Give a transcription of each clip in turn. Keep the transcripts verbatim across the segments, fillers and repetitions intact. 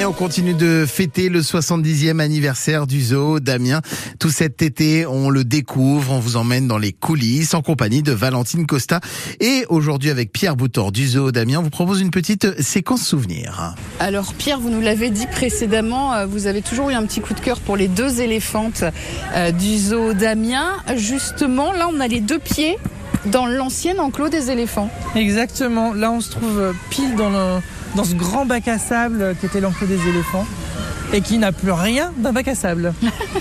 Et on continue de fêter le soixante-dixième anniversaire du zoo d'Amiens. Tout cet été, on le découvre, on vous emmène dans les coulisses en compagnie de Valentine Costa. Et aujourd'hui, avec Pierre Boutor du zoo d'Amiens, on vous propose une petite séquence souvenir. Alors Pierre, vous nous l'avez dit précédemment, vous avez toujours eu un petit coup de cœur pour les deux éléphantes du zoo d'Amiens. Justement, là, on a les deux pieds dans l'ancien enclos des éléphants. Exactement. Là, on se trouve pile dans, le, dans ce grand bac à sable qui était l'enclos des éléphants et qui n'a plus rien d'un bac à sable.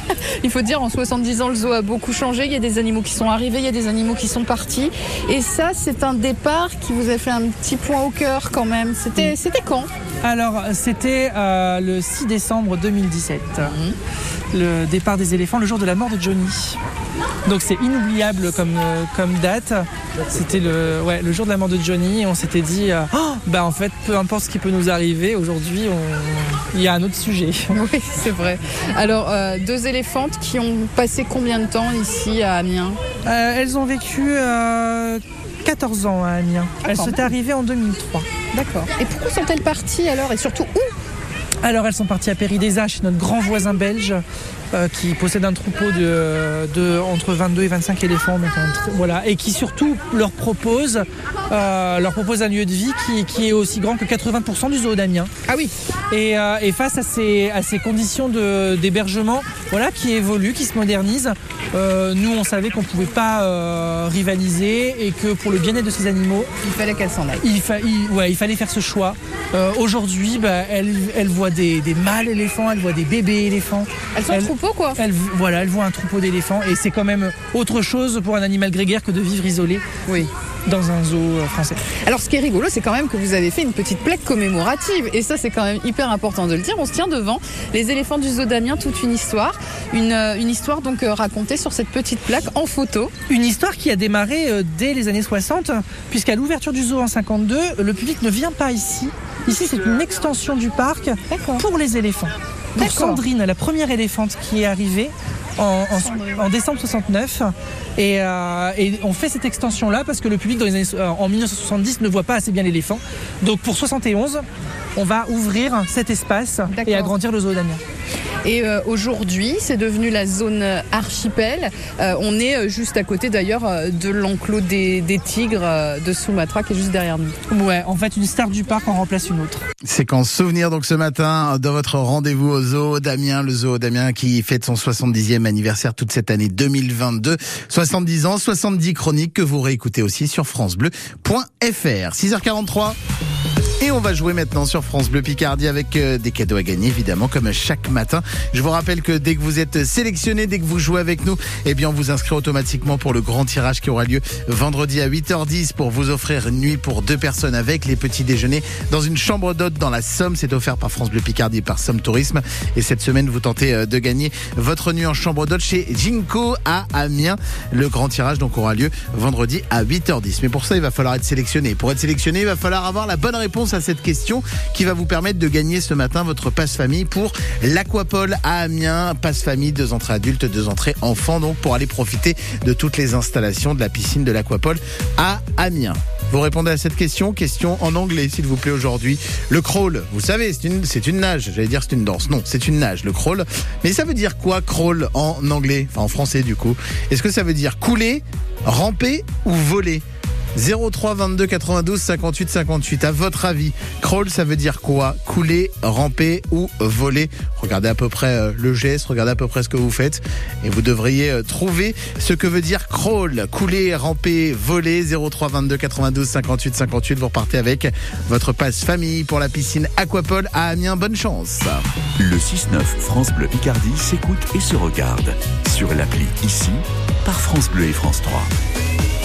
Il faut dire, en soixante-dix ans, le zoo a beaucoup changé. Il y a des animaux qui sont arrivés, il y a des animaux qui sont partis. Et ça, c'est un départ qui vous a fait un petit point au cœur quand même. C'était, c'était quand ? Alors, c'était euh, le six décembre deux mille dix-sept. Mmh. Le départ des éléphants, le jour de la mort de Johnny. Donc c'est inoubliable comme, euh, comme date. C'était le, ouais, le jour de la mort de Johnny et on s'était dit, euh, oh, bah en fait, peu importe ce qui peut nous arriver, aujourd'hui, on... il y a un autre sujet. Oui, c'est vrai. Alors, euh, deux éléphantes qui ont passé combien de temps ici à Amiens ? euh, Elles ont vécu euh, quatorze ans à Amiens. Elles sont arrivées en deux mille trois. D'accord. Et pourquoi sont-elles parties alors ? Et surtout où ? Alors elles sont parties à Péry-des-As, chez notre grand voisin belge euh, qui possède un troupeau de, de entre vingt-deux et vingt-cinq éléphants, donc un, voilà, et qui surtout leur propose, euh, leur propose un lieu de vie qui, qui est aussi grand que quatre-vingts pour cent du zoo d'Amiens. Ah oui. Et, euh, et face à ces, à ces conditions de, d'hébergement, voilà, qui évoluent, qui se modernisent, euh, nous on savait qu'on ne pouvait pas euh, rivaliser et que pour le bien-être de ces animaux, il fallait qu'elles s'en aillent. Il, fa- il, ouais, il fallait faire ce choix. Euh, aujourd'hui, bah, elle, elle voit des, des mâles éléphants, elle voit des bébés éléphants. Elles sont un troupeau, quoi. Elle, voilà, elle voit un troupeau d'éléphants et c'est quand même autre chose pour un animal grégaire que de vivre isolé. Oui. Dans un zoo français. Alors ce qui est rigolo, c'est quand même que vous avez fait une petite plaque commémorative et ça c'est quand même hyper important de le dire. On se tient devant les éléphants du zoo d'Amiens, toute une histoire, une, une histoire donc euh, racontée sur cette petite plaque en photo. Une histoire qui a démarré euh, dès les années soixante, puisqu'à l'ouverture du zoo en cinquante-deux, le public ne vient pas ici. Ici c'est une extension du parc. D'accord. Pour les éléphants. Pour D'accord. Sandrine, la première éléphante qui est arrivée En, en, en décembre soixante-neuf et, euh, et on fait cette extension là parce que le public dans les années, euh, en dix-neuf cent soixante-dix ne voit pas assez bien l'éléphant, donc pour soixante et onze on va ouvrir cet espace. D'accord. Et agrandir le zoo d'Amiens. Et euh, aujourd'hui, c'est devenu la zone archipel. Euh, on est juste à côté d'ailleurs de l'enclos des, des tigres de Sumatra qui est juste derrière nous. Ouais, en fait, une star du parc en remplace une autre. Séquence souvenir donc ce matin dans votre rendez-vous au zoo d'Amiens, le zoo d'Amiens qui fête son soixante-dixième anniversaire toute cette année deux mille vingt-deux. soixante-dix ans, soixante-dix chroniques que vous réécoutez aussi sur francebleu point f r. six heures quarante-trois. Et on va jouer maintenant sur France Bleu Picardie avec euh, des cadeaux à gagner, évidemment, comme chaque matin. Je vous rappelle que dès que vous êtes sélectionné, dès que vous jouez avec nous, eh bien, on vous inscrit automatiquement pour le grand tirage qui aura lieu vendredi à huit heures dix pour vous offrir une nuit pour deux personnes avec les petits déjeuners dans une chambre d'hôte dans la Somme. C'est offert par France Bleu Picardie et par Somme Tourisme. Et cette semaine, vous tentez euh, de gagner votre nuit en chambre d'hôte chez Ginko à Amiens. Le grand tirage donc aura lieu vendredi à huit heures dix. Mais pour ça, il va falloir être sélectionné. Pour être sélectionné, il va falloir avoir la bonne réponse à cette question qui va vous permettre de gagner ce matin votre passe famille pour l'Aquapole à Amiens. Passe famille, deux entrées adultes, deux entrées enfants, donc pour aller profiter de toutes les installations de la piscine de l'Aquapole à Amiens. Vous répondez à cette question, question en anglais s'il vous plaît aujourd'hui. Le crawl, vous savez, c'est une, c'est une nage, j'allais dire c'est une danse, non, c'est une nage, le crawl. Mais ça veut dire quoi crawl en anglais, enfin en français du coup? Est-ce que ça veut dire couler, ramper ou voler? zéro trois vingt-deux quatre-vingt-douze cinquante-huit cinquante-huit. À votre avis, crawl, ça veut dire quoi? Couler, ramper ou voler? Regardez à peu près euh, le geste, regardez à peu près ce que vous faites et vous devriez euh, trouver ce que veut dire crawl. Couler, ramper, voler. zéro trois vingt-deux quatre-vingt-douze cinquante-huit cinquante-huit. Vous repartez avec votre passe famille pour la piscine Aquapole à Amiens. Bonne chance. Le six neuf France Bleu Picardie s'écoute et se regarde sur l'appli ici par France Bleu et France trois.